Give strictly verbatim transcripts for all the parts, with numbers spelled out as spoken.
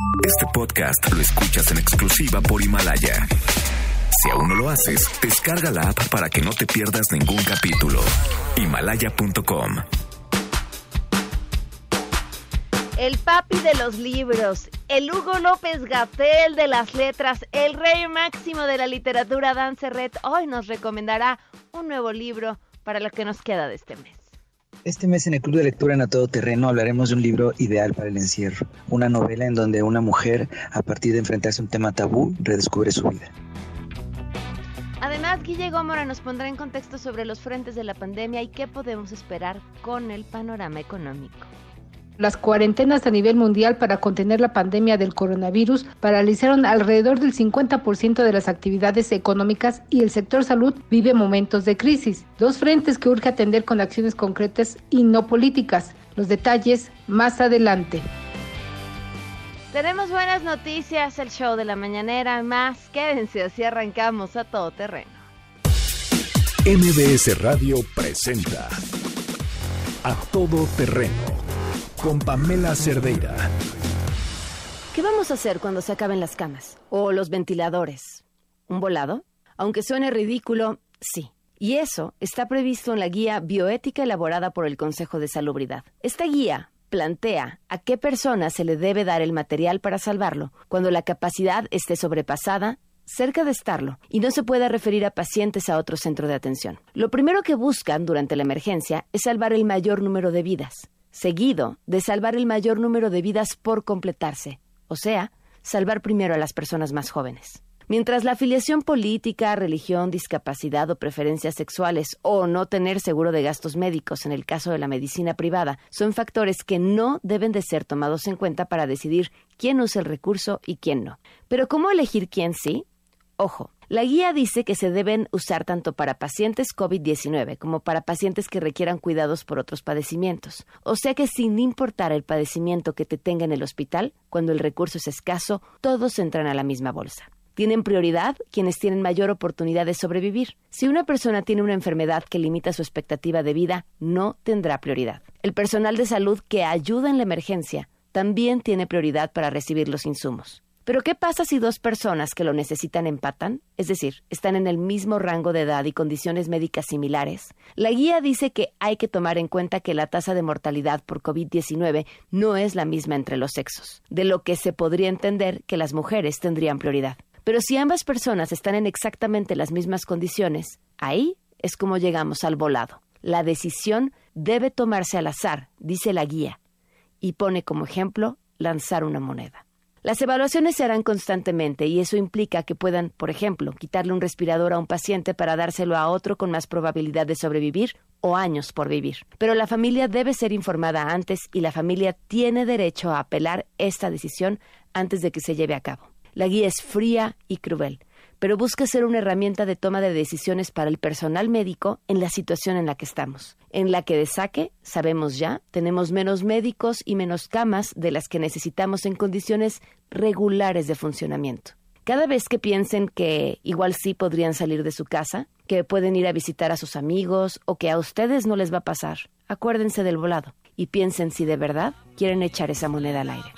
Este podcast lo escuchas en exclusiva por Himalaya. Si aún no lo haces, descarga la app para que no te pierdas ningún capítulo. Himalaya punto com. El papi de los libros, el Hugo López-Gatell de las letras, el rey máximo de la literatura, Dan Serret, hoy nos recomendará un nuevo libro para lo que nos queda de este mes. Este mes en el Club de Lectura en A Todo Terreno hablaremos de un libro ideal para el encierro, una novela en donde una mujer, a partir de enfrentarse a un tema tabú, redescubre su vida. Además, Guille Gómora nos pondrá en contexto sobre los frentes de la pandemia y qué podemos esperar con el panorama económico. Las cuarentenas a nivel mundial para contener la pandemia del coronavirus paralizaron alrededor del cincuenta por ciento de las actividades económicas y el sector salud vive momentos de crisis. Dos frentes que urge atender con acciones concretas y no políticas. Los detalles más adelante. Tenemos buenas noticias, el show de la mañanera, más quédense, así arrancamos A Todo Terreno. M B S Radio presenta A Todo Terreno con Pamela Cerdeira. ¿Qué vamos a hacer cuando se acaben las camas? ¿O los ventiladores? ¿Un volado? Aunque suene ridículo, sí. Y eso está previsto en la guía bioética elaborada por el Consejo de Salubridad. Esta guía plantea a qué persona se le debe dar el material para salvarlo cuando la capacidad esté sobrepasada, cerca de estarlo, y no se pueda referir a pacientes a otro centro de atención. Lo primero que buscan durante la emergencia es salvar el mayor número de vidas, seguido de salvar el mayor número de vidas por completarse, o sea, salvar primero a las personas más jóvenes. Mientras la afiliación política, religión, discapacidad o preferencias sexuales o no tener seguro de gastos médicos en el caso de la medicina privada son factores que no deben de ser tomados en cuenta para decidir quién usa el recurso y quién no. Pero ¿cómo elegir quién sí? Ojo, la guía dice que se deben usar tanto para pacientes COVID diecinueve como para pacientes que requieran cuidados por otros padecimientos. O sea que sin importar el padecimiento que te tenga en el hospital, cuando el recurso es escaso, todos entran a la misma bolsa. Tienen prioridad quienes tienen mayor oportunidad de sobrevivir. Si una persona tiene una enfermedad que limita su expectativa de vida, no tendrá prioridad. El personal de salud que ayuda en la emergencia también tiene prioridad para recibir los insumos. Pero ¿qué pasa si dos personas que lo necesitan empatan? Es decir, están en el mismo rango de edad y condiciones médicas similares. La guía dice que hay que tomar en cuenta que la tasa de mortalidad por COVID diecinueve no es la misma entre los sexos, de lo que se podría entender que las mujeres tendrían prioridad. Pero si ambas personas están en exactamente las mismas condiciones, ahí es como llegamos al volado. La decisión debe tomarse al azar, dice la guía, y pone como ejemplo lanzar una moneda. Las evaluaciones se harán constantemente y eso implica que puedan, por ejemplo, quitarle un respirador a un paciente para dárselo a otro con más probabilidad de sobrevivir o años por vivir. Pero la familia debe ser informada antes y la familia tiene derecho a apelar esta decisión antes de que se lleve a cabo. La guía es fría y cruel, pero busca ser una herramienta de toma de decisiones para el personal médico en la situación en la que estamos, en la que de saque, sabemos ya, tenemos menos médicos y menos camas de las que necesitamos en condiciones regulares de funcionamiento. Cada vez que piensen que igual sí podrían salir de su casa, que pueden ir a visitar a sus amigos o que a ustedes no les va a pasar, acuérdense del volado y piensen si de verdad quieren echar esa moneda al aire.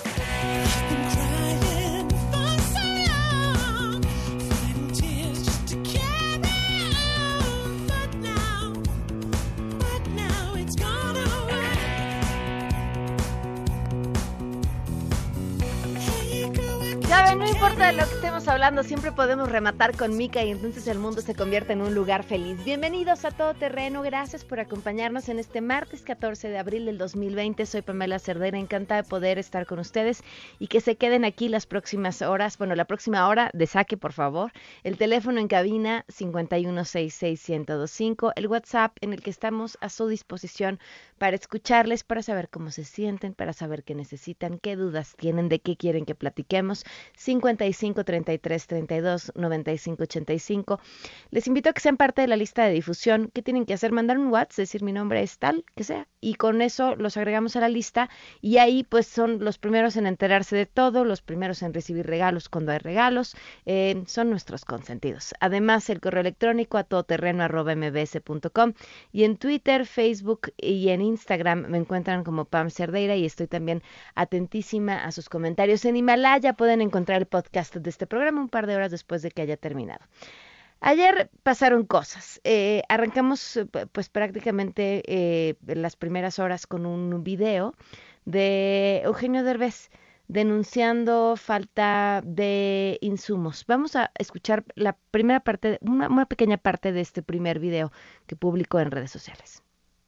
¿Saben? No importa de lo que estemos hablando, siempre podemos rematar con Mica y entonces el mundo se convierte en un lugar feliz. Bienvenidos a Todo Terreno, gracias por acompañarnos en este martes catorce de abril del dos mil veinte. Soy Pamela Cerdeira, encantada de poder estar con ustedes y que se queden aquí las próximas horas, bueno, la próxima hora de saque, por favor. El teléfono en cabina cincuenta y uno sesenta y seis, ciento veinticinco, el WhatsApp en el que estamos a su disposición para escucharles, para saber cómo se sienten, para saber qué necesitan, qué dudas tienen, de qué quieren que platiquemos. cincuenta y cinco, treinta y tres, treinta y dos, noventa y cinco, ochenta y cinco. Les invito a que sean parte de la lista de difusión. ¿Qué tienen que hacer? Mandar un WhatsApp, decir mi nombre es tal, que sea, y con eso los agregamos a la lista y ahí pues son los primeros en enterarse de todo, los primeros en recibir regalos cuando hay regalos, eh, son nuestros consentidos. Además, el correo electrónico a todoterreno arroba m b s punto com y en Twitter, Facebook y en Instagram me encuentran como Pam Cerdeira y estoy también atentísima a sus comentarios. En Himalaya pueden encontrar el podcast de este programa un par de horas después de que haya terminado. Ayer pasaron cosas. Eh, arrancamos pues prácticamente eh, las primeras horas con un video de Eugenio Derbez denunciando falta de insumos. Vamos a escuchar la primera parte, una, una pequeña parte de este primer video que publicó en redes sociales.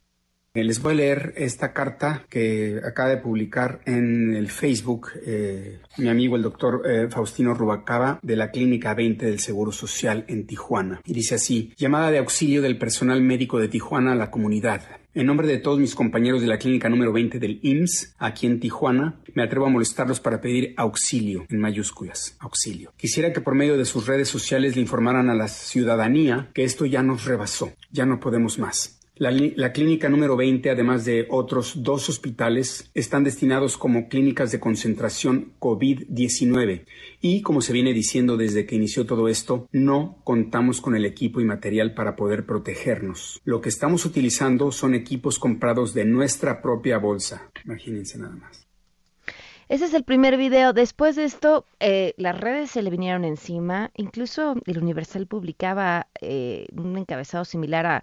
Les voy a leer esta carta que acaba de publicar en el Facebook eh, mi amigo el doctor eh, Faustino Rubalcaba de la Clínica veinte del Seguro Social en Tijuana. Y dice así: llamada de auxilio del personal médico de Tijuana a la comunidad. En nombre de todos mis compañeros de la clínica número veinte del I M S S, aquí en Tijuana, me atrevo a molestarlos para pedir auxilio, en mayúsculas, auxilio. Quisiera que por medio de sus redes sociales le informaran a la ciudadanía que esto ya nos rebasó, ya no podemos más. La, la clínica número veinte, además de otros dos hospitales, están destinados como clínicas de concentración COVID diecinueve y, como se viene diciendo desde que inició todo esto, no contamos con el equipo y material para poder protegernos. Lo que estamos utilizando son equipos comprados de nuestra propia bolsa. Imagínense nada más. Ese es el primer video. Después de esto, eh, las redes se le vinieron encima. Incluso el Universal publicaba eh, un encabezado similar a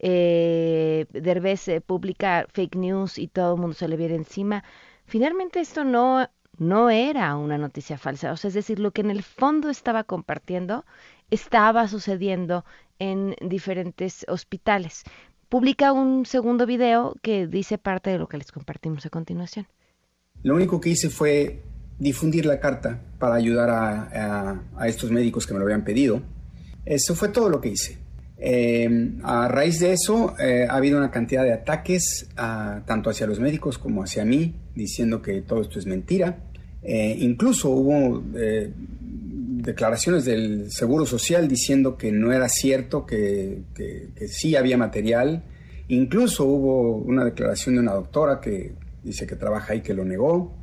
eh, Derbez eh, publica fake news y todo el mundo se le viene encima. Finalmente esto no, no era una noticia falsa. O sea, es decir, lo que en el fondo estaba compartiendo estaba sucediendo en diferentes hospitales. Publica un segundo video que dice parte de lo que les compartimos a continuación. Lo único que hice fue difundir la carta para ayudar a, a, a estos médicos que me lo habían pedido. Eso fue todo lo que hice. Eh, a raíz de eso eh, ha habido una cantidad de ataques a, tanto hacia los médicos como hacia mí, diciendo que todo esto es mentira. Eh, incluso hubo eh, declaraciones del Seguro Social diciendo que no era cierto, que, que, que sí había material. Incluso hubo una declaración de una doctora que dice que trabaja ahí, que lo negó.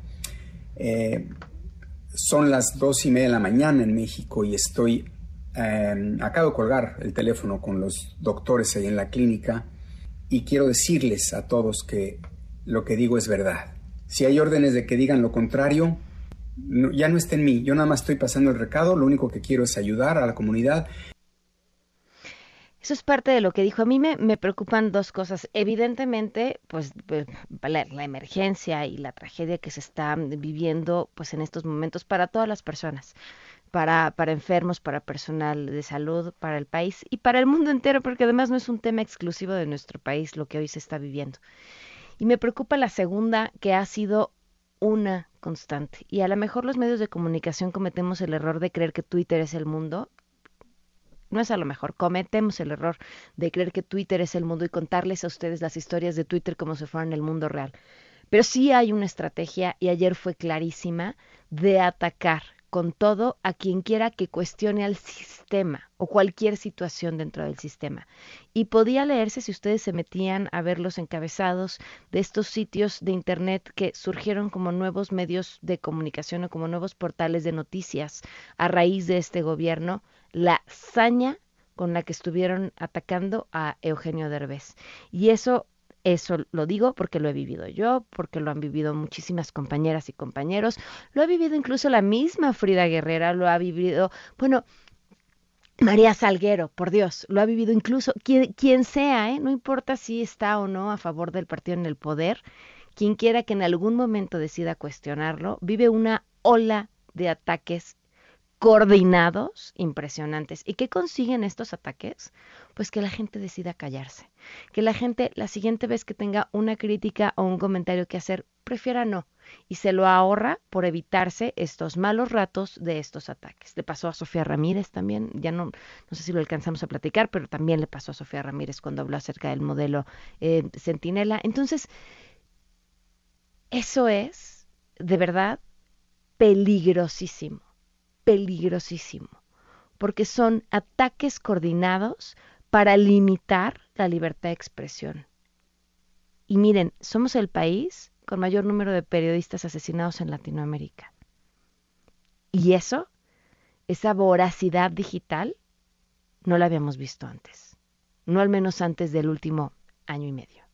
Eh, son las dos y media de la mañana en México y estoy, eh, acabo de colgar el teléfono con los doctores ahí en la clínica y quiero decirles a todos que lo que digo es verdad. Si hay órdenes de que digan lo contrario, no, ya no está en mí. Yo nada más estoy pasando el recado, lo único que quiero es ayudar a la comunidad. Eso es parte de lo que dijo. A mí me, me preocupan dos cosas. Evidentemente, pues la, la emergencia y la tragedia que se está viviendo pues en estos momentos para todas las personas, para, para enfermos, para personal de salud, para el país y para el mundo entero, porque además no es un tema exclusivo de nuestro país lo que hoy se está viviendo. Y me preocupa la segunda, que ha sido una constante. Y a lo mejor los medios de comunicación cometemos el error de creer que Twitter es el mundo. No es a lo mejor, cometemos el error de creer que Twitter es el mundo y contarles a ustedes las historias de Twitter como si fueran el mundo real. Pero sí hay una estrategia, y ayer fue clarísima, de atacar con todo a quien quiera que cuestione al sistema o cualquier situación dentro del sistema. Y podía leerse, si ustedes se metían a ver los encabezados de estos sitios de internet que surgieron como nuevos medios de comunicación o como nuevos portales de noticias a raíz de este gobierno, la saña con la que estuvieron atacando a Eugenio Derbez. Y eso, eso lo digo porque lo he vivido yo, porque lo han vivido muchísimas compañeras y compañeros, lo ha vivido incluso la misma Frida Guerrera, lo ha vivido, bueno, María Salguero, por Dios, lo ha vivido incluso quien, quien sea, ¿eh? No importa si está o no a favor del partido en el poder, quien quiera que en algún momento decida cuestionarlo, vive una ola de ataques coordinados impresionantes. ¿Y qué consiguen estos ataques? Pues que la gente decida callarse, que la gente la siguiente vez que tenga una crítica o un comentario que hacer, prefiera no, y se lo ahorra por evitarse estos malos ratos de estos ataques. Le pasó a Sofía Ramírez también, ya no, no sé si lo alcanzamos a platicar, pero también le pasó a Sofía Ramírez cuando habló acerca del modelo eh, Centinela. Entonces, eso es, de verdad, peligrosísimo. peligrosísimo, porque son ataques coordinados para limitar la libertad de expresión. Y miren, somos el país con mayor número de periodistas asesinados en Latinoamérica. Y eso, esa voracidad digital, no la habíamos visto antes. No al menos antes del último año y medio.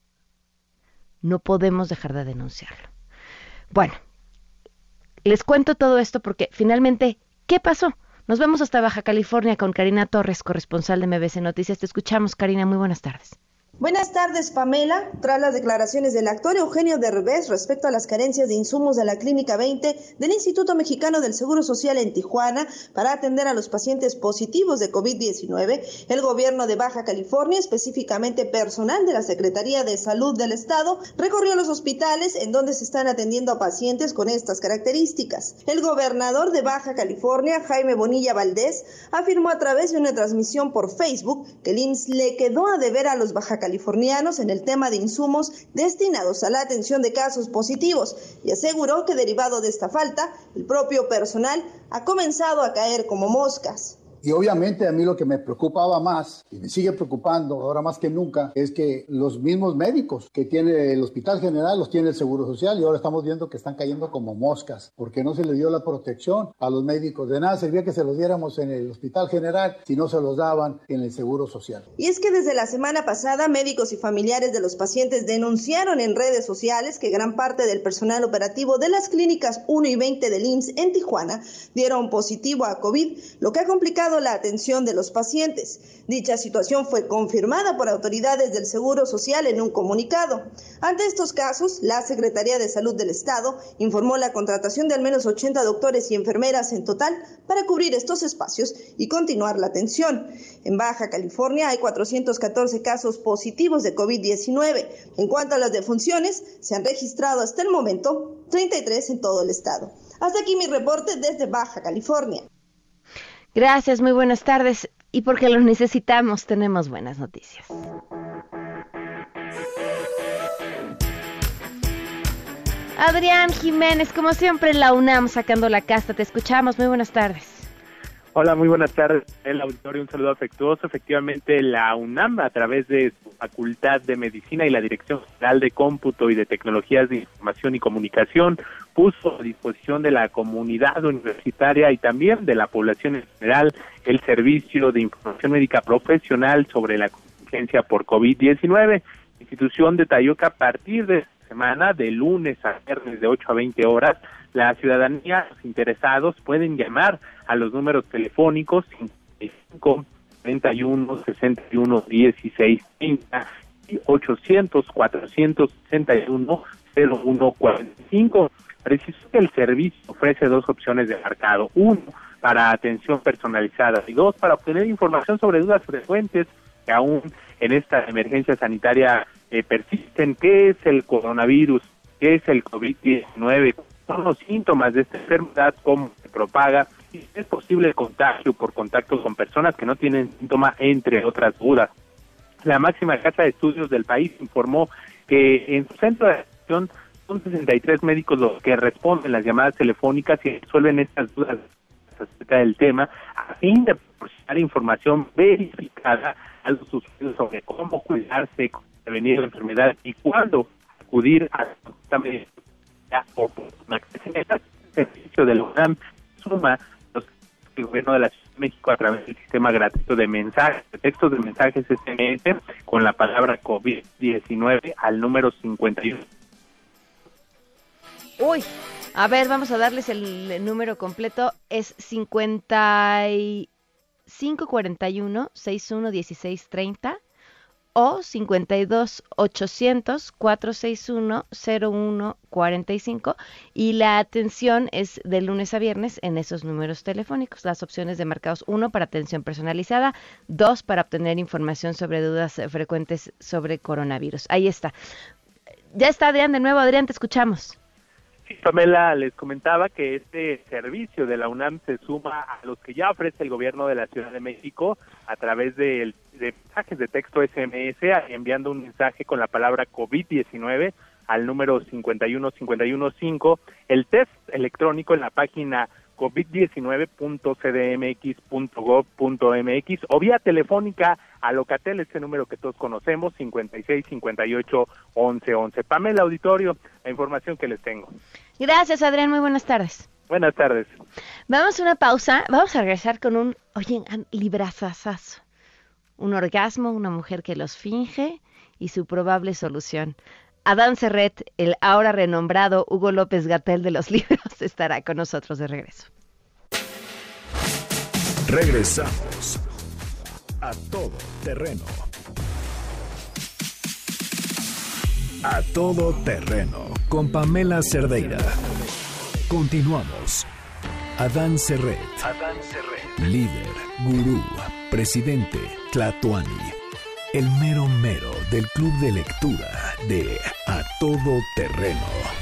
No podemos dejar de denunciarlo. Bueno, les cuento todo esto porque finalmente, ¿qué pasó? Nos vemos hasta Baja California con Karina Torres, corresponsal de M B C Noticias. Te escuchamos, Karina. Muy buenas tardes. Buenas tardes, Pamela. Tras las declaraciones del actor Eugenio Derbez respecto a las carencias de insumos de la Clínica veinte del Instituto Mexicano del Seguro Social en Tijuana para atender a los pacientes positivos de COVID diecinueve, el gobierno de Baja California, específicamente personal de la Secretaría de Salud del Estado, recorrió los hospitales en donde se están atendiendo a pacientes con estas características. El gobernador de Baja California, Jaime Bonilla Valdés, afirmó a través de una transmisión por Facebook que el I M S S le quedó a deber a los baja californianos en el tema de insumos destinados a la atención de casos positivos y aseguró que derivado de esta falta, el propio personal ha comenzado a caer como moscas. Y obviamente a mí lo que me preocupaba más, y me sigue preocupando ahora más que nunca, es que los mismos médicos que tiene el Hospital General los tiene el Seguro Social y ahora estamos viendo que están cayendo como moscas porque no se le dio la protección a los médicos. De nada servía que se los diéramos en el Hospital General si no se los daban en el Seguro Social. Y es que desde la semana pasada, médicos y familiares de los pacientes denunciaron en redes sociales que gran parte del personal operativo de las clínicas uno y veinte del I M S S en Tijuana dieron positivo a COVID, lo que ha complicado la atención de los pacientes. Dicha situación fue confirmada por autoridades del Seguro Social en un comunicado. Ante estos casos, la Secretaría de Salud del Estado informó la contratación de al menos ochenta doctores y enfermeras en total para cubrir estos espacios y continuar la atención. En Baja California hay cuatrocientos catorce casos positivos de COVID diecinueve. En cuanto a las defunciones, se han registrado hasta el momento treinta y tres en todo el estado. Hasta aquí mi reporte desde Baja California. Gracias, muy buenas tardes. Y porque lo necesitamos, tenemos buenas noticias. Adrián Jiménez, como siempre en la UNAM, sacando la casta. Te escuchamos, muy buenas tardes. Hola, muy buenas tardes, el auditorio, un saludo afectuoso. Efectivamente, la UNAM, a través de su Facultad de Medicina y la Dirección General de Cómputo y de Tecnologías de Información y Comunicación, puso a disposición de la comunidad universitaria y también de la población en general el servicio de información médica profesional sobre la contingencia por COVID diecinueve. La institución detalló que a partir de esta semana, de lunes a viernes de ocho a veinte horas, la ciudadanía, los interesados, pueden llamar a los números telefónicos cincuenta y cinco, treinta y uno, sesenta y uno, dieciséis, treinta y ochocientos, cuatrocientos sesenta y uno, cero uno cuarenta y cinco. Preciso que el servicio ofrece dos opciones de marcado: uno, para atención personalizada, y dos, para obtener información sobre dudas frecuentes que aún en esta emergencia sanitaria eh, persisten. ¿Qué es el coronavirus? ¿Qué es el COVID diecinueve? Son los síntomas de esta enfermedad, cómo se propaga, y es posible el contagio por contacto con personas que no tienen síntoma, entre otras dudas. La máxima casa de estudios del país informó que en su centro de atención son sesenta y tres médicos los que responden las llamadas telefónicas y resuelven estas dudas acerca del tema, a fin de proporcionar información verificada a los usuarios sobre cómo cuidarse, cómo prevenir la enfermedad y cuándo acudir a la medicina oportuna. El servicio de la UNAM suma los el gobierno de la Ciudad de México a través del sistema gratuito de mensajes, de textos de mensajes S M S con la palabra COVID diecinueve al número cincuenta y uno. Uy, a ver, vamos a darles el, el número completo. Es cincuenta y cinco cuarenta y uno, sesenta y uno dieciséis treinta o cincuenta y dos ochocientos, cuatrocientos sesenta y uno, cero uno cuarenta y cinco, y la atención es de lunes a viernes en esos números telefónicos. Las opciones de marcados: uno, para atención personalizada; dos, para obtener información sobre dudas frecuentes sobre coronavirus. Ahí está. Ya está Adrián de nuevo. Adrián, te escuchamos. Sí, Pamela, les comentaba que este servicio de la UNAM se suma a los que ya ofrece el gobierno de la Ciudad de México a través de, de mensajes de texto S M S, enviando un mensaje con la palabra COVID diecinueve al número cincuenta y uno cincuenta y uno cinco, el test electrónico en la página covid diecinueve punto c d m x punto gov punto m x o vía telefónica a Locatel, este número que todos conocemos, cincuenta y seis, cincuenta y ocho, once, once. Pamela, auditorio, la información que les tengo. Gracias, Adrián, muy buenas tardes. Buenas tardes. Vamos a una pausa, vamos a regresar con un, oye, un librazazazo. Un orgasmo, una mujer que los finge y su probable solución. Adán Serret, el ahora renombrado Hugo López-Gatell de los libros, estará con nosotros de regreso. Regresamos a Todo Terreno. A Todo Terreno con Pamela Cerdeira. Continuamos. Adán Serret. Adán Serret. Líder, gurú, presidente, tlatoani. El mero mero del club de lectura de A Todo Terreno.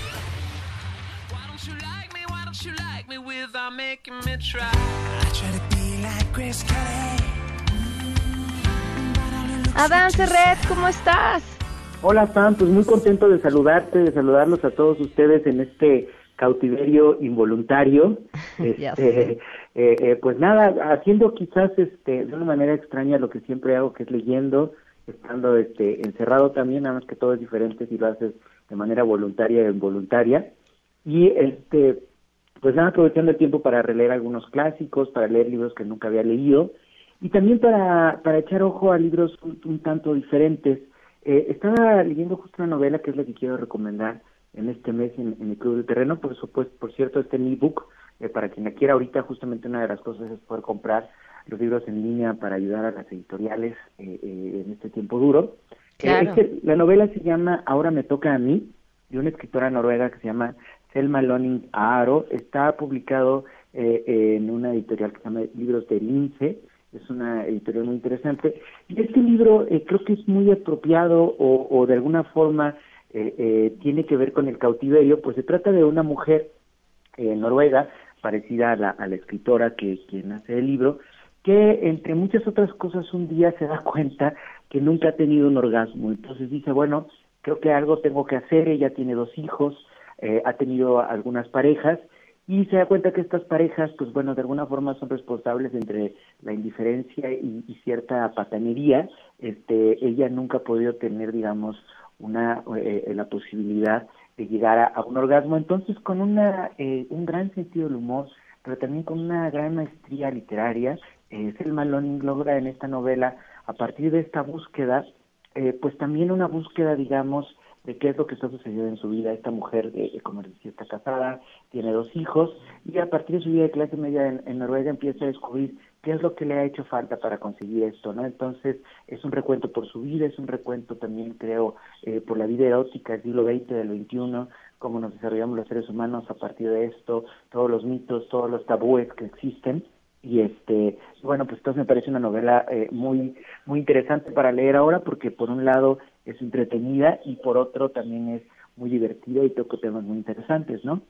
Adán Serret, ¿cómo estás? Hola, Pam, pues muy contento de saludarte, de saludarlos a todos ustedes en este cautiverio involuntario. Este, eh, eh, pues nada, haciendo quizás este de una manera extraña lo que siempre hago, que es leyendo, estando este encerrado también, nada más que todo es diferente si lo haces de manera voluntaria e involuntaria. Y este pues nada, aprovechando el tiempo para releer algunos clásicos, para leer libros que nunca había leído, y también para, para echar ojo a libros un, un tanto diferentes. Eh, estaba leyendo justo una novela que es la que quiero recomendar en este mes en, en el Club del Terreno. Por supuesto, por cierto, este ebook, eh, para quien la quiera ahorita, justamente una de las cosas es poder comprar los libros en línea para ayudar a las editoriales eh, eh, en este tiempo duro. Claro. Eh, este, la novela se llama Ahora me toca a mí, de una escritora noruega que se llama Selma Loning Aro. Está publicado eh, en una editorial que se llama Libros de Lince. Es una editorial muy interesante. Y este libro eh, creo que es muy apropiado o, o de alguna forma eh, eh, tiene que ver con el cautiverio, pues se trata de una mujer eh, noruega, parecida a la, a la escritora que quien hace el libro, que entre muchas otras cosas un día se da cuenta que nunca ha tenido un orgasmo. Entonces dice, bueno, creo que algo tengo que hacer. Ella tiene dos hijos, eh, ha tenido algunas parejas, y se da cuenta que estas parejas, pues bueno, de alguna forma son responsables entre la indiferencia y, y cierta patanería. Este, ella nunca ha podido tener, digamos, una eh, la posibilidad de llegar a, a un orgasmo. Entonces, con una eh, un gran sentido del humor, pero también con una gran maestría literaria, eh, Selma Loning logra en esta novela, a partir de esta búsqueda, eh, pues también una búsqueda, digamos, de qué es lo que está sucediendo en su vida. Esta mujer, eh, como les decía, está casada, tiene dos hijos, y a partir de su vida de clase media en, en Noruega empieza a descubrir qué es lo que le ha hecho falta para conseguir esto, ¿no? Entonces, es un recuento por su vida, es un recuento también, creo, eh, por la vida erótica del siglo veinte, del veintiuno, cómo nos desarrollamos los seres humanos a partir de esto, todos los mitos, todos los tabúes que existen. Y este, bueno, pues entonces me parece una novela eh, muy muy interesante para leer ahora, porque por un lado es entretenida y por otro también es muy divertida y toca temas muy interesantes, ¿no?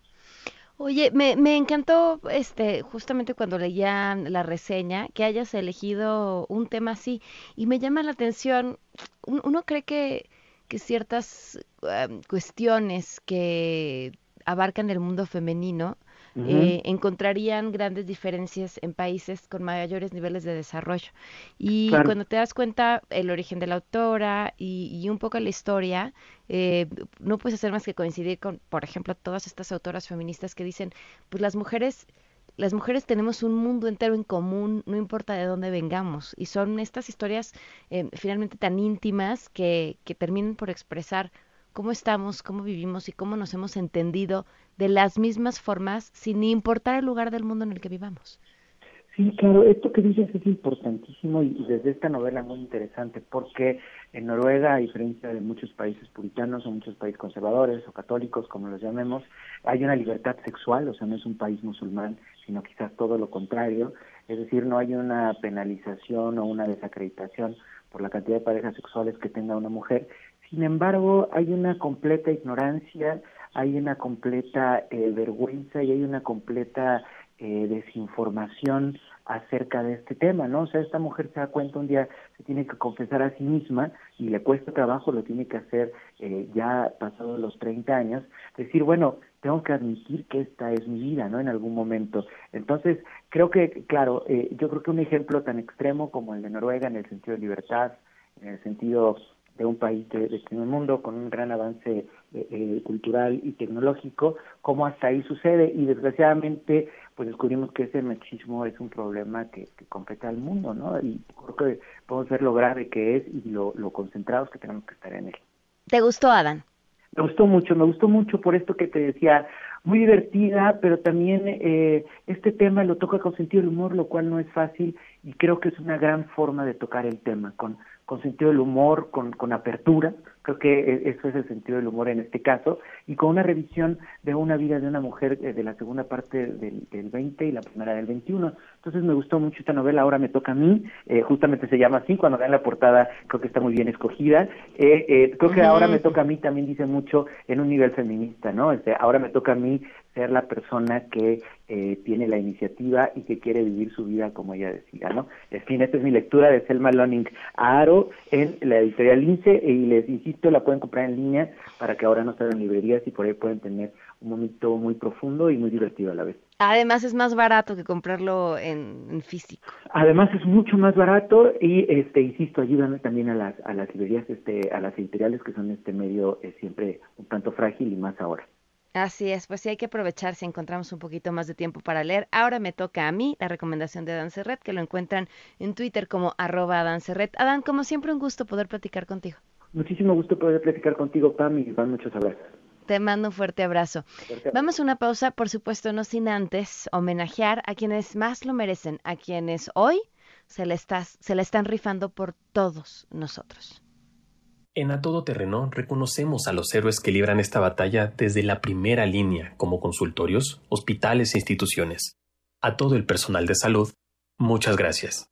Oye, me, me encantó este justamente cuando leía la reseña que hayas elegido un tema así, y me llama la atención. Uno cree que, que ciertas um, cuestiones que abarcan el mundo femenino Uh-huh. Eh, encontrarían grandes diferencias en países con mayores niveles de desarrollo. Y claro, cuando te das cuenta el origen de la autora y, y un poco la historia, eh, no puedes hacer más que coincidir con, por ejemplo, todas estas autoras feministas que dicen, pues las mujeres, las mujeres tenemos un mundo entero en común, no importa de dónde vengamos. Y son estas historias eh, finalmente tan íntimas que, que terminan por expresar cómo estamos, cómo vivimos y cómo nos hemos entendido de las mismas formas, sin importar el lugar del mundo en el que vivamos. Sí, claro, esto que dices es importantísimo y, y desde esta novela muy interesante, porque en Noruega, a diferencia de muchos países puritanos o muchos países conservadores o católicos, como los llamemos, hay una libertad sexual, o sea, no es un país musulmán, sino quizás todo lo contrario, es decir, no hay una penalización o una desacreditación por la cantidad de parejas sexuales que tenga una mujer. Sin embargo, hay una completa ignorancia, hay una completa eh, vergüenza y hay una completa eh, desinformación acerca de este tema, ¿no? O sea, esta mujer se da cuenta un día, se tiene que confesar a sí misma y le cuesta trabajo, lo tiene que hacer eh, ya pasados los treinta años, decir, bueno, tengo que admitir que esta es mi vida, ¿no? En algún momento. Entonces, creo que, claro, eh, yo creo que un ejemplo tan extremo como el de Noruega en el sentido de libertad, en el sentido de un país de, de primer mundo con un gran avance eh, eh, cultural y tecnológico, como hasta ahí sucede, y desgraciadamente pues descubrimos que ese machismo es un problema que, que compete al mundo, ¿no? Y creo que podemos ver lo grave que es y lo, lo concentrados que tenemos que estar en él. ¿Te gustó, Adán? Me gustó mucho, me gustó mucho por esto que te decía, muy divertida, pero también eh, este tema lo toca con sentido del humor, lo cual no es fácil, y creo que es una gran forma de tocar el tema, con, con sentido del humor, con, con apertura. Creo que eso es el sentido del humor en este caso, y con una revisión de una vida de una mujer de la segunda parte del, del veinte y la primera del veintiuno. Entonces me gustó mucho esta novela, Ahora me toca a mí, eh, justamente se llama así, cuando vean la portada creo que está muy bien escogida. Eh, eh, creo que uh-huh. Ahora me toca a mí también dice mucho en un nivel feminista, ¿no? Este, ahora me toca a mí ser la persona que eh, tiene la iniciativa y que quiere vivir su vida como ella decida, ¿no? En fin, esta es mi lectura de Selma Loning Aro en la editorial Lince, y les insisto, la pueden comprar en línea para que ahora no estén en librerías y por ahí pueden tener un momento muy profundo y muy divertido a la vez. Además es más barato que comprarlo en, en físico. Además es mucho más barato y, este, insisto, ayudan también a las a las librerías, este, a las editoriales que son este medio eh, siempre un tanto frágil y más ahora. Así es, pues sí hay que aprovechar si encontramos un poquito más de tiempo para leer. Ahora me toca a mí la recomendación de Adán Serret, que lo encuentran en Twitter como arroba Adán Serret. Adán, como siempre, un gusto poder platicar contigo. Muchísimo gusto poder platicar contigo, Pam, y van muchos abrazos. Te mando un fuerte abrazo. Fuerte abrazo. Vamos a una pausa, por supuesto, no sin antes homenajear a quienes más lo merecen, a quienes hoy se le, estás, se le están rifando por todos nosotros. En A Todo Terreno reconocemos a los héroes que libran esta batalla desde la primera línea, como consultorios, hospitales e instituciones. A todo el personal de salud, muchas gracias.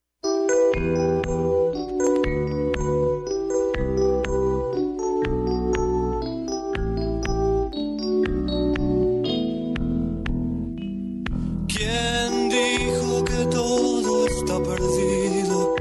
¿Quién dijo que todo está perdido?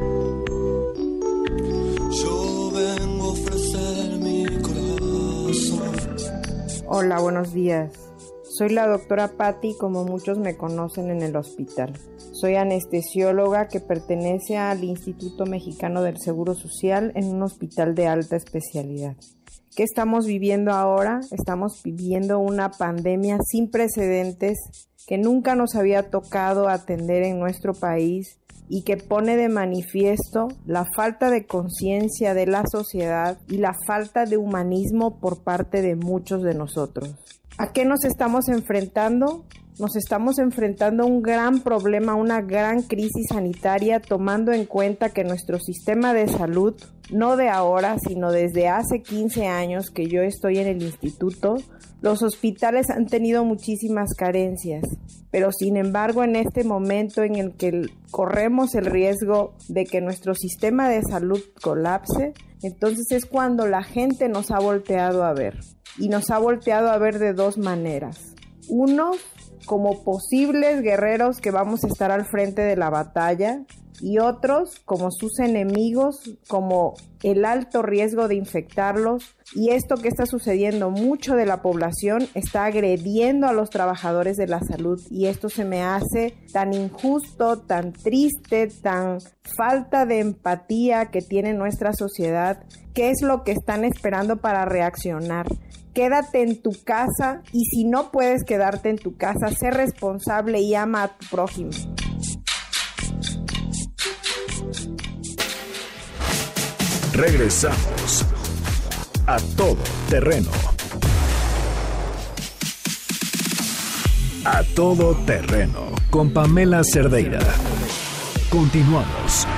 Yo vengo a ofrecer mi corazón. Hola, buenos días. Soy la doctora Patti, como muchos me conocen en el hospital. Soy anestesióloga que pertenece al Instituto Mexicano del Seguro Social en un hospital de alta especialidad. ¿Qué estamos viviendo ahora? Estamos viviendo una pandemia sin precedentes que nunca nos había tocado atender en nuestro país y que pone de manifiesto la falta de conciencia de la sociedad y la falta de humanismo por parte de muchos de nosotros. ¿A qué nos estamos enfrentando? Nos estamos enfrentando a un gran problema, una gran crisis sanitaria, tomando en cuenta que nuestro sistema de salud, no de ahora, sino desde hace quince años que yo estoy en el instituto, los hospitales han tenido muchísimas carencias, pero sin embargo en este momento en el que corremos el riesgo de que nuestro sistema de salud colapse, entonces es cuando la gente nos ha volteado a ver, y nos ha volteado a ver de dos maneras. Uno, como posibles guerreros que vamos a estar al frente de la batalla, y otros como sus enemigos, como el alto riesgo de infectarlos. Y esto que está sucediendo, mucho de la población está agrediendo a los trabajadores de la salud, y esto se me hace tan injusto, tan triste, tan falta de empatía que tiene nuestra sociedad. ¿Qué es lo que están esperando para reaccionar? Quédate en tu casa, y si no puedes quedarte en tu casa, sé responsable y ama a tu prójimo. Regresamos a Todo Terreno. A Todo Terreno con Pamela Cerdeira. Continuamos.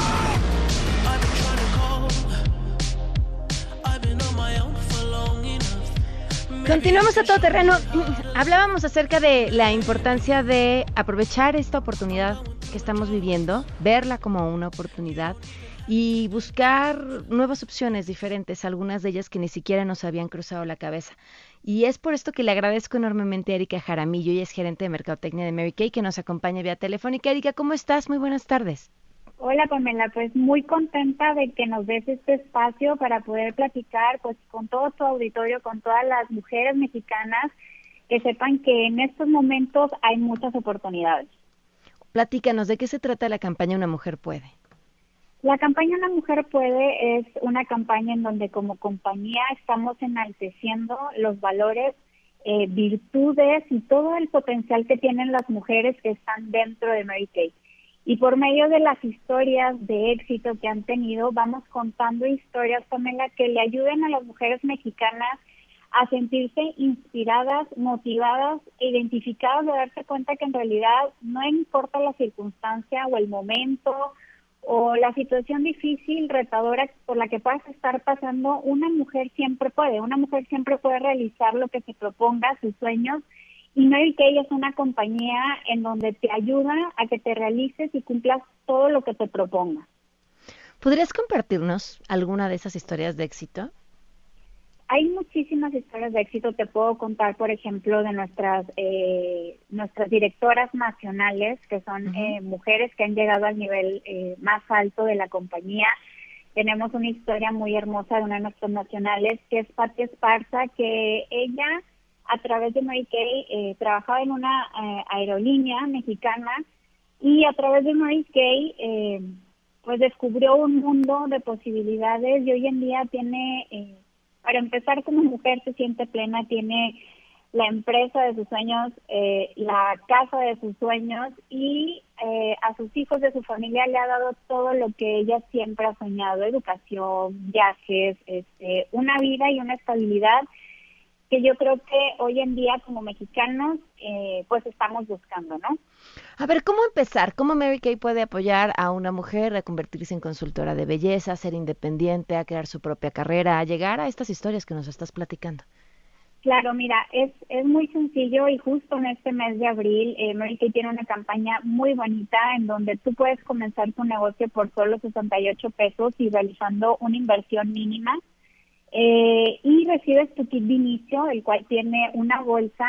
Continuamos a Todo Terreno. Hablábamos acerca de la importancia de aprovechar esta oportunidad que estamos viviendo, verla como una oportunidad y buscar nuevas opciones diferentes, algunas de ellas que ni siquiera nos habían cruzado la cabeza. Y es por esto que le agradezco enormemente a Erika Jaramillo, ella es gerente de Mercadotecnia de Mary Kay, que nos acompaña vía telefónica. Erika, ¿cómo estás? Muy buenas tardes. Hola, Pamela, pues muy contenta de que nos des este espacio para poder platicar pues con todo tu auditorio, con todas las mujeres mexicanas que sepan que en estos momentos hay muchas oportunidades. Platícanos, ¿de qué se trata la campaña Una Mujer Puede? La campaña Una Mujer Puede es una campaña en donde como compañía estamos enalteciendo los valores, eh, virtudes y todo el potencial que tienen las mujeres que están dentro de Mary Kay. Y por medio de las historias de éxito que han tenido, vamos contando historias, Pamela, que le ayuden a las mujeres mexicanas a sentirse inspiradas, motivadas, identificadas, de darse cuenta que en realidad no importa la circunstancia o el momento o la situación difícil, retadora por la que puedas estar pasando, una mujer siempre puede, una mujer siempre puede realizar lo que se proponga, sus sueños, y Mary Kay es una compañía en donde te ayuda a que te realices y cumplas todo lo que te propongas. ¿Podrías compartirnos alguna de esas historias de éxito? Hay muchísimas historias de éxito. Te puedo contar, por ejemplo, de nuestras eh, nuestras directoras nacionales, que son uh-huh. eh, mujeres que han llegado al nivel eh, más alto de la compañía. Tenemos una historia muy hermosa de una de nuestras nacionales, que es Pati Esparza, que ella, a través de Mary Kay, eh, trabajaba en una eh, aerolínea mexicana, y a través de Mary Kay, eh, pues descubrió un mundo de posibilidades, y hoy en día tiene... Eh, Para empezar, como mujer se siente plena, tiene la empresa de sus sueños, eh, la casa de sus sueños, y eh, a sus hijos de su familia le ha dado todo lo que ella siempre ha soñado: educación, viajes, este, una vida y una estabilidad que yo creo que hoy en día como mexicanos eh, pues estamos buscando, ¿no? A ver, ¿cómo empezar? ¿Cómo Mary Kay puede apoyar a una mujer a convertirse en consultora de belleza, a ser independiente, a crear su propia carrera, a llegar a estas historias que nos estás platicando? Claro, mira, es es muy sencillo, y justo en este mes de abril eh, Mary Kay tiene una campaña muy bonita en donde tú puedes comenzar tu negocio por solo sesenta y ocho pesos y realizando una inversión mínima. Eh, y recibes tu kit de inicio, el cual tiene una bolsa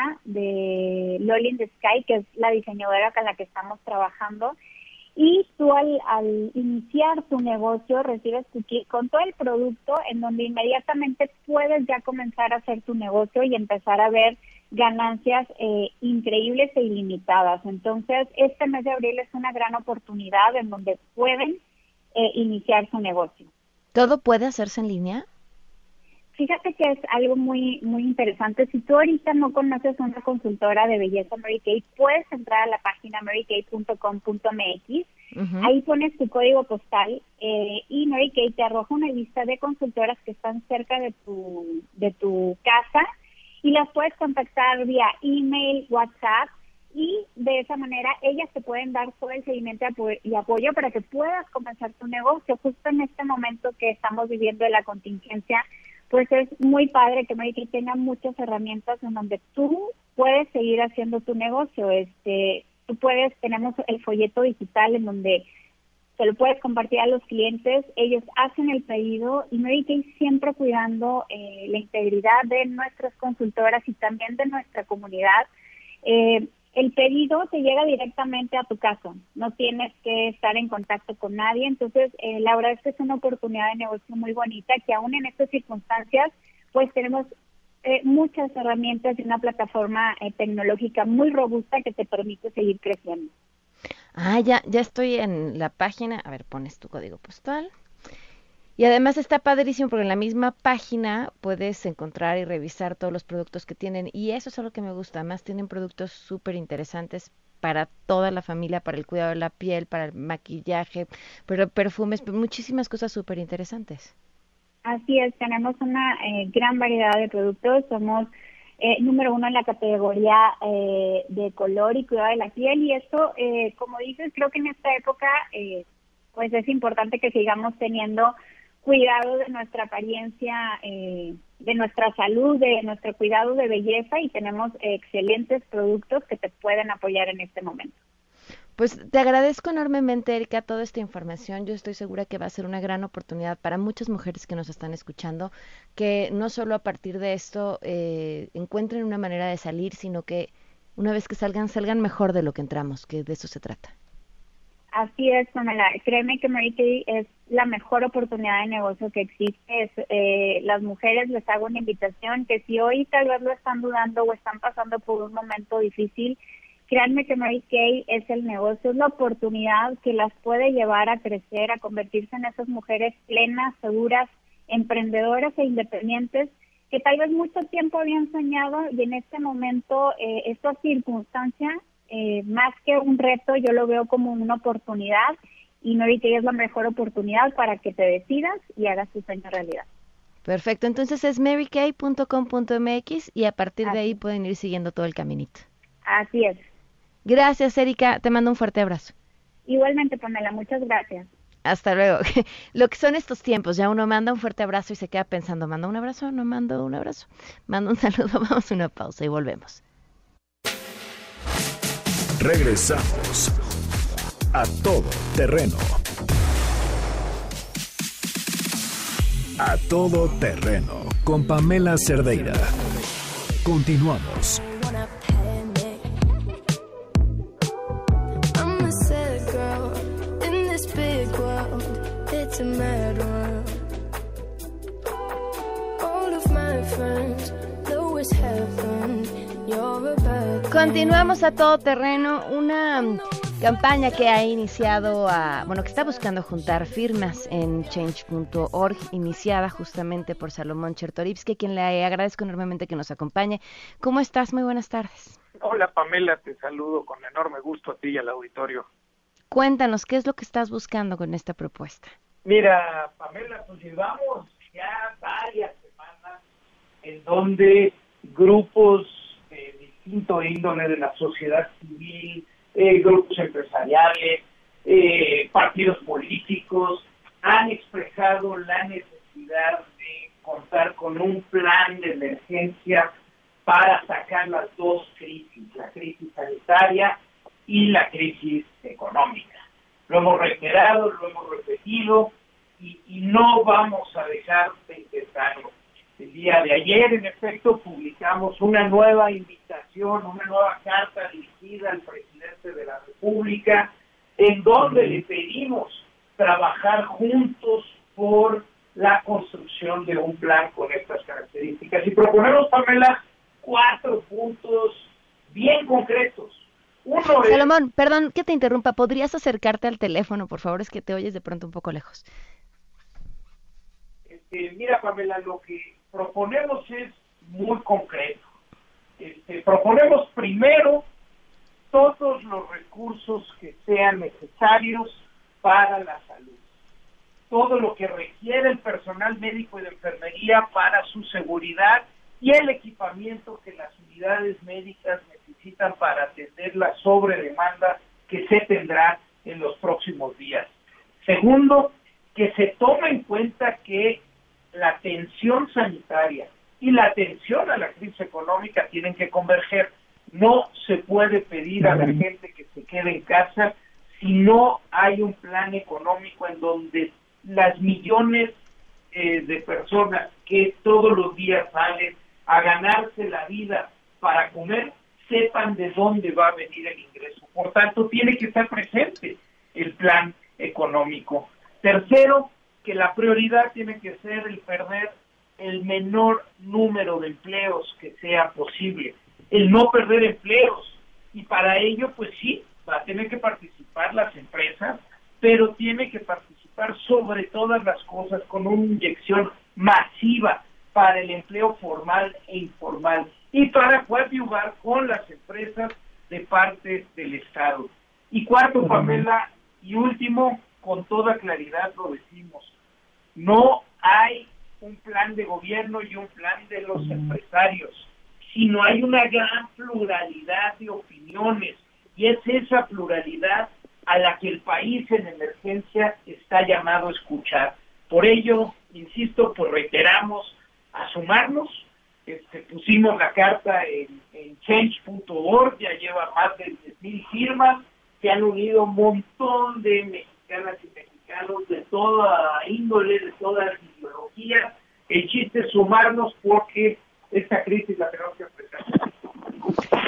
de Loli in the Sky, que es la diseñadora con la que estamos trabajando, y tú al, al iniciar tu negocio recibes tu kit con todo el producto, en donde inmediatamente puedes ya comenzar a hacer tu negocio y empezar a ver ganancias eh, increíbles e ilimitadas. Entonces, este mes de abril es una gran oportunidad en donde pueden eh, iniciar su negocio. ¿Todo puede hacerse en línea? Fíjate que es algo muy muy interesante. Si tú ahorita no conoces una consultora de belleza Mary Kay, puedes entrar a la página mary kay punto com punto m x. Uh-huh. Ahí pones tu código postal eh, y Mary Kay te arroja una lista de consultoras que están cerca de tu de tu casa, y las puedes contactar vía email, WhatsApp, y de esa manera ellas te pueden dar todo el seguimiento y apoyo para que puedas comenzar tu negocio. Justo en este momento que estamos viviendo de la contingencia, pues es muy padre que Mary Kay tenga muchas herramientas en donde tú puedes seguir haciendo tu negocio. Este, tú puedes, tenemos el folleto digital en donde se lo puedes compartir a los clientes, ellos hacen el pedido, y Mary Kay siempre cuidando eh, la integridad de nuestras consultoras y también de nuestra comunidad. Eh, El pedido te llega directamente a tu casa, no tienes que estar en contacto con nadie. Entonces, eh, la verdad es que es una oportunidad de negocio muy bonita, que aún en estas circunstancias, pues tenemos eh, muchas herramientas y una plataforma eh, tecnológica muy robusta que te permite seguir creciendo. Ah, ya, ya estoy en la página. A ver, pones tu código postal. Y además está padrísimo porque en la misma página puedes encontrar y revisar todos los productos que tienen, y eso es algo que me gusta. Además tienen productos súper interesantes para toda la familia, para el cuidado de la piel, para el maquillaje, pero perfumes, muchísimas cosas súper interesantes. Así es, tenemos una eh, gran variedad de productos. Somos eh, número uno en la categoría eh, de color y cuidado de la piel, y esto, eh, como dices, creo que en esta época eh, pues es importante que sigamos teniendo cuidado de nuestra apariencia, eh, de nuestra salud, de nuestro cuidado de belleza, y tenemos eh, excelentes productos que te pueden apoyar en este momento. Pues te agradezco enormemente, Erika, toda esta información. Yo estoy segura que va a ser una gran oportunidad para muchas mujeres que nos están escuchando, que no solo a partir de esto eh, encuentren una manera de salir, sino que una vez que salgan, salgan mejor de lo que entramos, que de eso se trata. Así es, Pamela. Créeme que Mary Kay es la mejor oportunidad de negocio que existe. Es, eh, las mujeres, les hago una invitación que si hoy tal vez lo están dudando o están pasando por un momento difícil, créanme que Mary Kay es el negocio, es la oportunidad que las puede llevar a crecer, a convertirse en esas mujeres plenas, seguras, emprendedoras e independientes que tal vez mucho tiempo habían soñado, y en este momento eh, esta circunstancia, eh, más que un reto, yo lo veo como una oportunidad, y Mary Kay es la mejor oportunidad para que te decidas y hagas tu sueño realidad. Perfecto, entonces es mary kay punto com punto m x y a partir Así. de ahí pueden ir siguiendo todo el caminito. Así es. Gracias, Erika, te mando un fuerte abrazo. Igualmente, Pamela, muchas gracias. Hasta luego. Lo que son estos tiempos, ya uno manda un fuerte abrazo y se queda pensando, ¿mando un abrazo? ¿No mando un abrazo? Mando un saludo, vamos a una pausa y volvemos. Regresamos a Todo Terreno. A Todo Terreno con Pamela Cerdeira. Continuamos. It's a mad world. All of my friends know it's heaven. You're a bad. Continuamos a Todo Terreno, una campaña que ha iniciado a, bueno, que está buscando juntar firmas en change punto org, iniciada justamente por Salomón Chertorivsky, a quien le agradezco enormemente que nos acompañe. ¿Cómo estás? Muy buenas tardes. Hola, Pamela, te saludo con enorme gusto a ti y al auditorio. Cuéntanos, ¿qué es lo que estás buscando con esta propuesta? Mira, Pamela, pues llevamos ya varias semanas en donde grupos de distinto índole de la sociedad civil, eh, grupos empresariales, eh, partidos políticos, han expresado la necesidad de contar con un plan de emergencia para sacar las dos crisis, la crisis sanitaria y la crisis económica. Lo hemos reiterado, lo hemos repetido y, y no vamos a dejar de intentarlo. El día de ayer, en efecto, publicamos una nueva invitación, una nueva carta dirigida al presidente de la República, en donde le pedimos trabajar juntos por la construcción de un plan con estas características. Y proponemos, Pamela, cuatro puntos bien concretos. Uno Salomón, es... perdón que te interrumpa, ¿podrías acercarte al teléfono, por favor? Es que te oyes de pronto un poco lejos. Este, mira, Pamela, lo que proponemos es muy concreto. Este, proponemos primero todos los recursos que sean necesarios para la salud. Todo lo que requiere el personal médico y de enfermería para su seguridad y el equipamiento que las unidades médicas necesitan para atender la sobredemanda que se tendrá en los próximos días. Segundo, que se tome en cuenta que la atención sanitaria y la atención a la crisis económica tienen que converger. No se puede pedir a la gente que se quede en casa si no hay un plan económico en donde las millones eh, de personas que todos los días salen a ganarse la vida para comer, sepan de dónde va a venir el ingreso. Por tanto, tiene que estar presente el plan económico. Tercero, que la prioridad tiene que ser el perder el menor número de empleos que sea posible, el no perder empleos, y para ello, pues sí, va a tener que participar las empresas, pero tiene que participar sobre todas las cosas con una inyección masiva para el empleo formal e informal y para coadyuvar con las empresas de parte del Estado. Y cuarto, Pamela, y último, con toda claridad lo decimos, no hay un plan de gobierno y un plan de los empresarios, sino hay una gran pluralidad de opiniones, y es esa pluralidad a la que el país en emergencia está llamado a escuchar. Por ello, insisto, pues reiteramos a sumarnos. Este, pusimos la carta en, en change punto org, ya lleva más de diez mil firmas, se han unido un montón de mexicanas y mexicanos de toda índole, de todas ideologías. El chiste es sumarnos porque esta crisis la tenemos que enfrentar.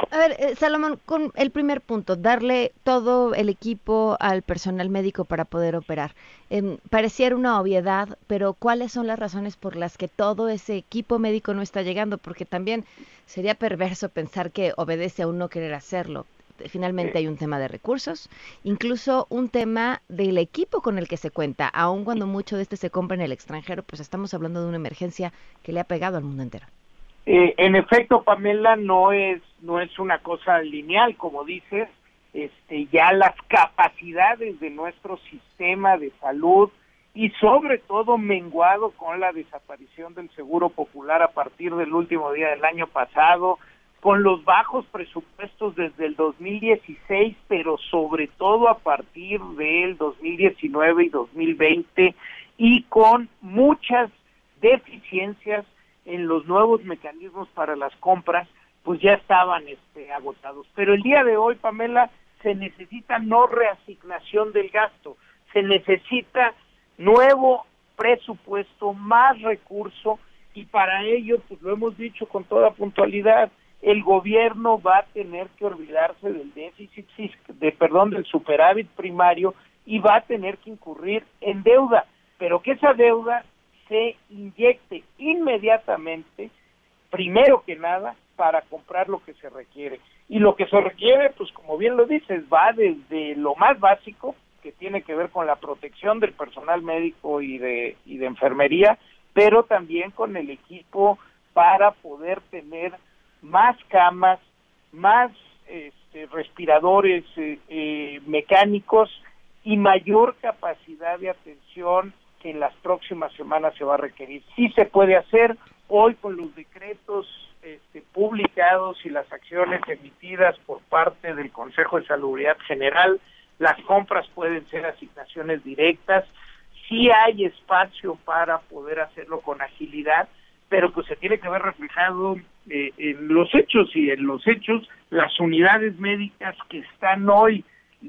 A ver, eh, Salomón, con el primer punto, darle todo el equipo al personal médico para poder operar. Eh, pareciera una obviedad, pero ¿cuáles son las razones por las que todo ese equipo médico no está llegando? Porque también sería perverso pensar que obedece a un no querer hacerlo. Finalmente hay un tema de recursos, incluso un tema del equipo con el que se cuenta. Aun cuando mucho de este se compra en el extranjero, pues estamos hablando de una emergencia que le ha pegado al mundo entero. Eh, en efecto, Pamela, no es no es una cosa lineal, como dices. Este, ya las capacidades de nuestro sistema de salud y sobre todo menguado con la desaparición del Seguro Popular a partir del último día del año pasado, con los bajos presupuestos desde el dos mil dieciséis, pero sobre todo a partir del dos mil diecinueve y dos mil veinte, y con muchas deficiencias en los nuevos mecanismos para las compras, pues ya estaban este, agotados. Pero el día de hoy, Pamela, se necesita no reasignación del gasto, se necesita nuevo presupuesto, más recurso, y para ello, pues lo hemos dicho con toda puntualidad, el gobierno va a tener que olvidarse del déficit, de perdón, del superávit primario, y va a tener que incurrir en deuda, pero que esa deuda se inyecte inmediatamente, primero que nada, para comprar lo que se requiere. Y lo que se requiere, pues como bien lo dices, va desde lo más básico, que tiene que ver con la protección del personal médico y de, y de enfermería, pero también con el equipo para poder tener más camas, más este, respiradores eh, eh, mecánicos y mayor capacidad de atención que en las próximas semanas se va a requerir. Sí se puede hacer hoy con los decretos este, publicados y las acciones emitidas por parte del Consejo de Salubridad General. Las compras pueden ser asignaciones directas. Sí hay espacio para poder hacerlo con agilidad, pero pues se tiene que ver reflejado eh, en los hechos, y en los hechos las unidades médicas que están hoy,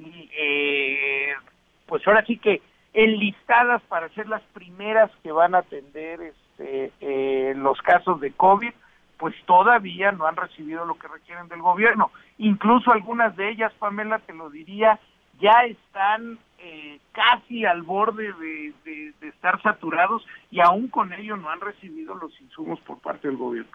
eh, pues ahora sí que enlistadas para ser las primeras que van a atender este, eh, los casos de COVID, pues todavía no han recibido lo que requieren del gobierno. Incluso algunas de ellas, Pamela, te lo diría, ya están eh, casi al borde de, de, de estar saturados, y aún con ello no han recibido los insumos por parte del gobierno.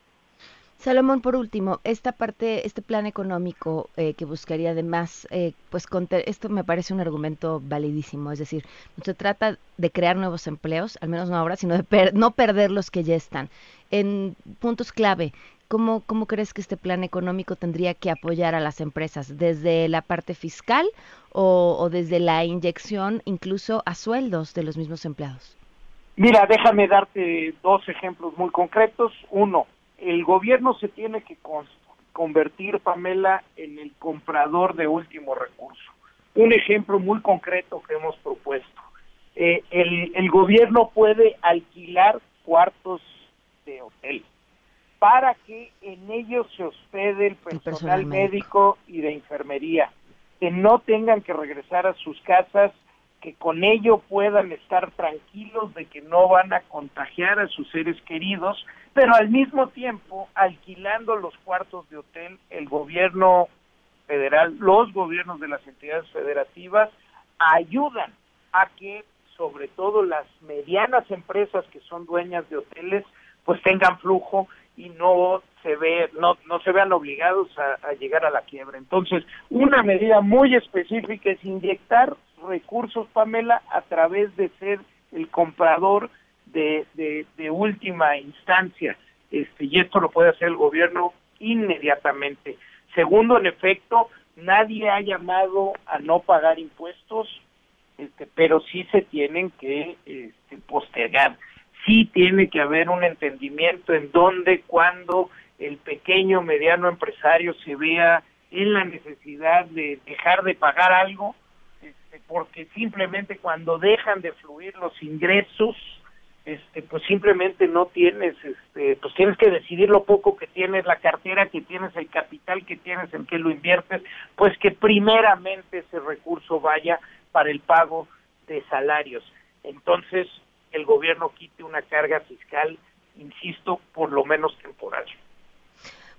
Salomón, por último, esta parte, este plan económico eh, que buscaría además, eh, pues conter, esto me parece un argumento validísimo, es decir, no se trata de crear nuevos empleos, al menos no ahora, sino de per, no perder los que ya están. En puntos clave, ¿cómo, ¿cómo crees que este plan económico tendría que apoyar a las empresas? ¿Desde la parte fiscal o, o desde la inyección incluso a sueldos de los mismos empleados? Mira, déjame darte dos ejemplos muy concretos. Uno, el gobierno se tiene que con, convertir, Pamela, en el comprador de último recurso. Un ejemplo muy concreto que hemos propuesto. Eh, el, el gobierno puede alquilar cuartos de hotel para que en ellos se hospede el personal, el personal médico y de enfermería, que no tengan que regresar a sus casas, que con ello puedan estar tranquilos de que no van a contagiar a sus seres queridos, pero al mismo tiempo, alquilando los cuartos de hotel, el gobierno federal, los gobiernos de las entidades federativas ayudan a que, sobre todo las medianas empresas que son dueñas de hoteles, pues tengan flujo y no se ve, no, no se vean obligados a, a llegar a la quiebra. Entonces, una medida muy específica es inyectar recursos, Pamela, a través de ser el comprador de, de, de última instancia, este, y esto lo puede hacer el gobierno inmediatamente. Segundo, en efecto, nadie ha llamado a no pagar impuestos, este, pero sí se tienen que este, postergar. Sí tiene que haber un entendimiento en dónde, cuando el pequeño, mediano empresario se vea en la necesidad de dejar de pagar algo, este, porque simplemente cuando dejan de fluir los ingresos, este, pues simplemente no tienes, este, pues tienes que decidir lo poco que tienes, la cartera que tienes, el capital que tienes, en qué lo inviertes, pues que primeramente ese recurso vaya para el pago de salarios. Entonces, el gobierno quite una carga fiscal, insisto, por lo menos temporal.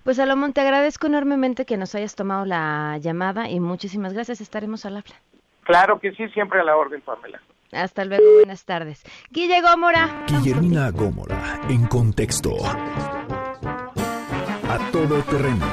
Pues Salomón, te agradezco enormemente que nos hayas tomado la llamada y muchísimas gracias, estaremos al habla. Claro que sí, siempre a la orden, Pamela. Hasta luego, buenas tardes. Guille Gómora. Guillermina Gómora, en contexto. A todo terreno.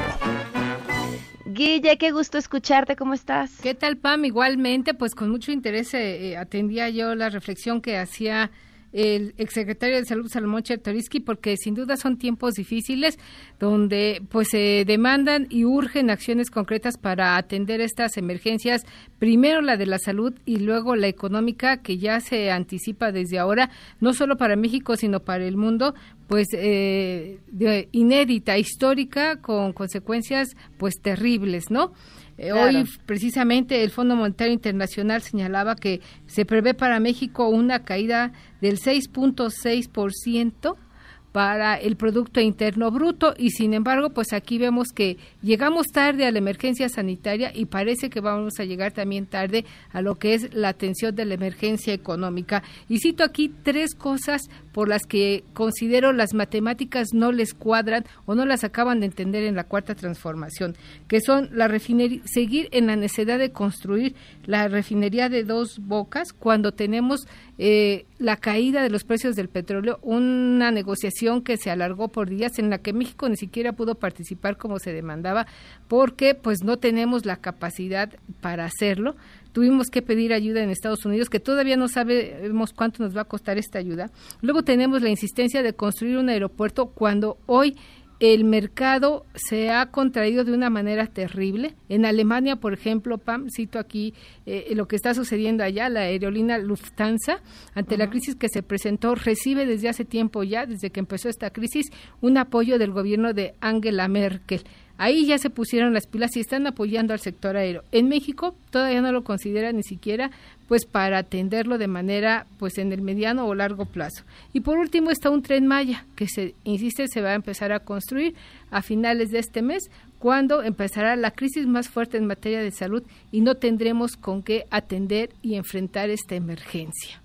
Guille, qué gusto escucharte, ¿cómo estás? ¿Qué tal, Pam? Igualmente, pues con mucho interés eh, atendía yo la reflexión que hacía el exsecretario de Salud, Salomón Chertorivsky, porque sin duda son tiempos difíciles donde pues se eh, demandan y urgen acciones concretas para atender estas emergencias, primero la de la salud y luego la económica, que ya se anticipa desde ahora, no solo para México, sino para el mundo, pues eh, de, inédita, histórica, con consecuencias pues terribles, ¿no? Claro. Hoy precisamente el Fondo Monetario Internacional señalaba que se prevé para México una caída del seis punto seis por ciento para el Producto Interno Bruto y sin embargo pues aquí vemos que llegamos tarde a la emergencia sanitaria y parece que vamos a llegar también tarde a lo que es la atención de la emergencia económica. Y cito aquí tres cosas por las que considero las matemáticas no les cuadran o no las acaban de entender en la Cuarta Transformación, que son la refinería, seguir en la necesidad de construir la refinería de Dos Bocas cuando tenemos eh, la caída de los precios del petróleo, una negociación que se alargó por días en la que México ni siquiera pudo participar como se demandaba porque pues no tenemos la capacidad para hacerlo. Tuvimos que pedir ayuda en Estados Unidos, que todavía no sabemos cuánto nos va a costar esta ayuda. Luego tenemos la insistencia de construir un aeropuerto cuando hoy el mercado se ha contraído de una manera terrible. En Alemania, por ejemplo, Pam, cito aquí eh, lo que está sucediendo allá, la aerolínea Lufthansa, ante uh-huh. la crisis que se presentó, recibe desde hace tiempo ya, desde que empezó esta crisis, un apoyo del gobierno de Angela Merkel. Ahí ya se pusieron las pilas y están apoyando al sector aéreo. En México todavía no lo consideran ni siquiera pues para atenderlo de manera pues en el mediano o largo plazo. Y por último está un Tren Maya que se insiste se va a empezar a construir a finales de este mes, cuando empezará la crisis más fuerte en materia de salud y no tendremos con qué atender y enfrentar esta emergencia.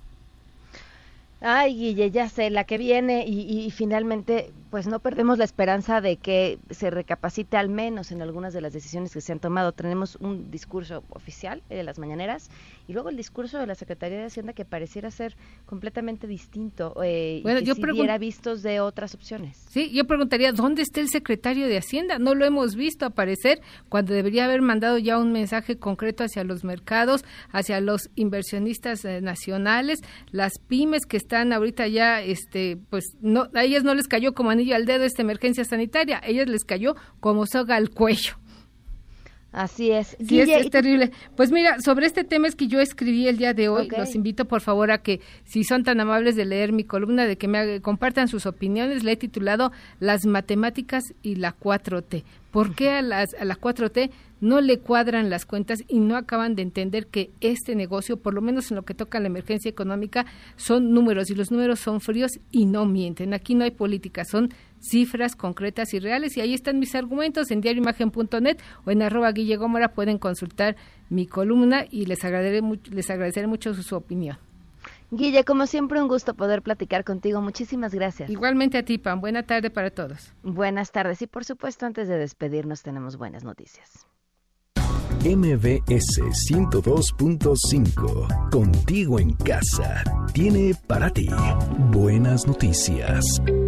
Ay, Guille, ya sé, la que viene y, y finalmente pues no perdemos la esperanza de que se recapacite al menos en algunas de las decisiones que se han tomado. Tenemos un discurso oficial de las mañaneras y luego el discurso de la Secretaría de Hacienda que pareciera ser completamente distinto eh, bueno, y que yo si pregun- diera vistos de otras opciones. Sí, yo preguntaría, ¿dónde está el secretario de Hacienda? No lo hemos visto aparecer cuando debería haber mandado ya un mensaje concreto hacia los mercados, hacia los inversionistas eh, nacionales, las pymes que están ahorita ya, este, pues no, a ellas no les cayó como anillo al dedo esta emergencia sanitaria, a ellas les cayó como soga al cuello. Así es. Sí, Guille, es, es terrible. Pues mira, sobre este tema es que yo escribí el día de hoy, okay. Los invito por favor a que, si son tan amables de leer mi columna, de que me compartan sus opiniones, le he titulado Las matemáticas y la cuatro T. ¿Por qué a, las, a la cuatro T no le cuadran las cuentas y no acaban de entender que este negocio, por lo menos en lo que toca a la emergencia económica, son números y los números son fríos y no mienten? Aquí no hay política, son cifras concretas y reales y ahí están mis argumentos en diario imagen punto net o en arroba Guille Gómora. Pueden consultar mi columna y les agradeceré mucho, les agradeceré mucho su, su opinión. Guille, como siempre un gusto poder platicar contigo, muchísimas gracias. Igualmente a ti, Pam, buena tarde para todos. Buenas tardes y por supuesto antes de despedirnos tenemos buenas noticias. M V S ciento dos punto cinco, contigo en casa, tiene para ti buenas noticias.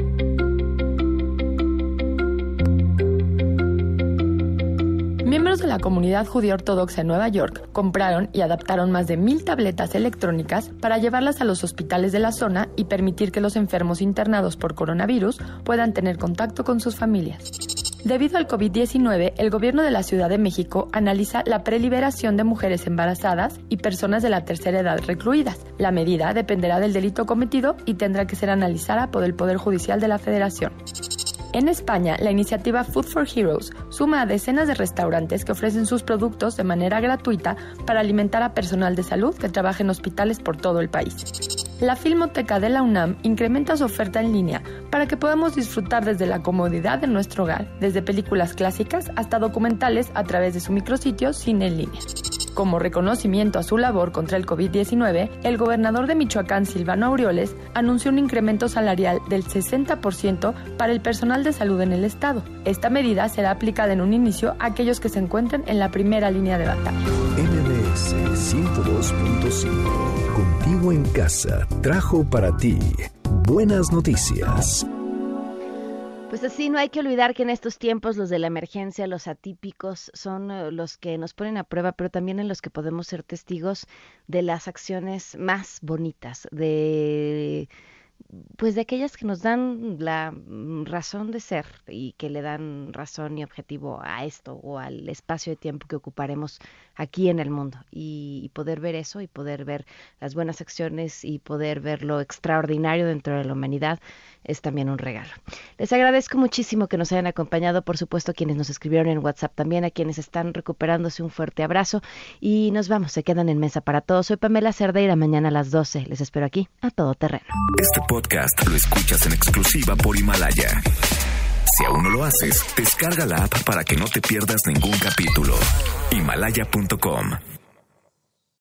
Miembros de la comunidad judía ortodoxa en Nueva York compraron y adaptaron más de mil tabletas electrónicas para llevarlas a los hospitales de la zona y permitir que los enfermos internados por coronavirus puedan tener contacto con sus familias. Debido al covid diecinueve, el gobierno de la Ciudad de México analiza la preliberación de mujeres embarazadas y personas de la tercera edad recluidas. La medida dependerá del delito cometido y tendrá que ser analizada por el Poder Judicial de la Federación. En España, la iniciativa Food for Heroes suma a decenas de restaurantes que ofrecen sus productos de manera gratuita para alimentar a personal de salud que trabaja en hospitales por todo el país. La Filmoteca de la UNAM incrementa su oferta en línea para que podamos disfrutar desde la comodidad de nuestro hogar, desde películas clásicas hasta documentales a través de su micrositio Cine en Línea. Como reconocimiento a su labor contra el covid diecinueve, el gobernador de Michoacán, Silvano Aureoles, anunció un incremento salarial del sesenta por ciento para el personal de salud en el estado. Esta medida será aplicada en un inicio a aquellos que se encuentren en la primera línea de batalla. M B S ciento dos punto cinco, contigo en casa, trajo para ti buenas noticias. Pues así, no hay que olvidar que en estos tiempos los de la emergencia, los atípicos, son uh, los que nos ponen a prueba, pero también en los que podemos ser testigos de las acciones más bonitas, de pues de aquellas que nos dan la razón de ser y que le dan razón y objetivo a esto o al espacio de tiempo que ocuparemos aquí en el mundo, y, y poder ver eso y poder ver las buenas acciones y poder ver lo extraordinario dentro de la humanidad es también un regalo. Les agradezco muchísimo que nos hayan acompañado, por supuesto a quienes nos escribieron en WhatsApp, también a quienes están recuperándose, un fuerte abrazo y nos vamos, se quedan en Mesa para Todos. Soy Pamela Cerdeira, mañana a las doce les espero aquí a Todo Terreno. Este podcast lo escuchas en exclusiva por Himalaya. Si aún no lo haces, descarga la app para que no te pierdas ningún capítulo. Himalaya punto com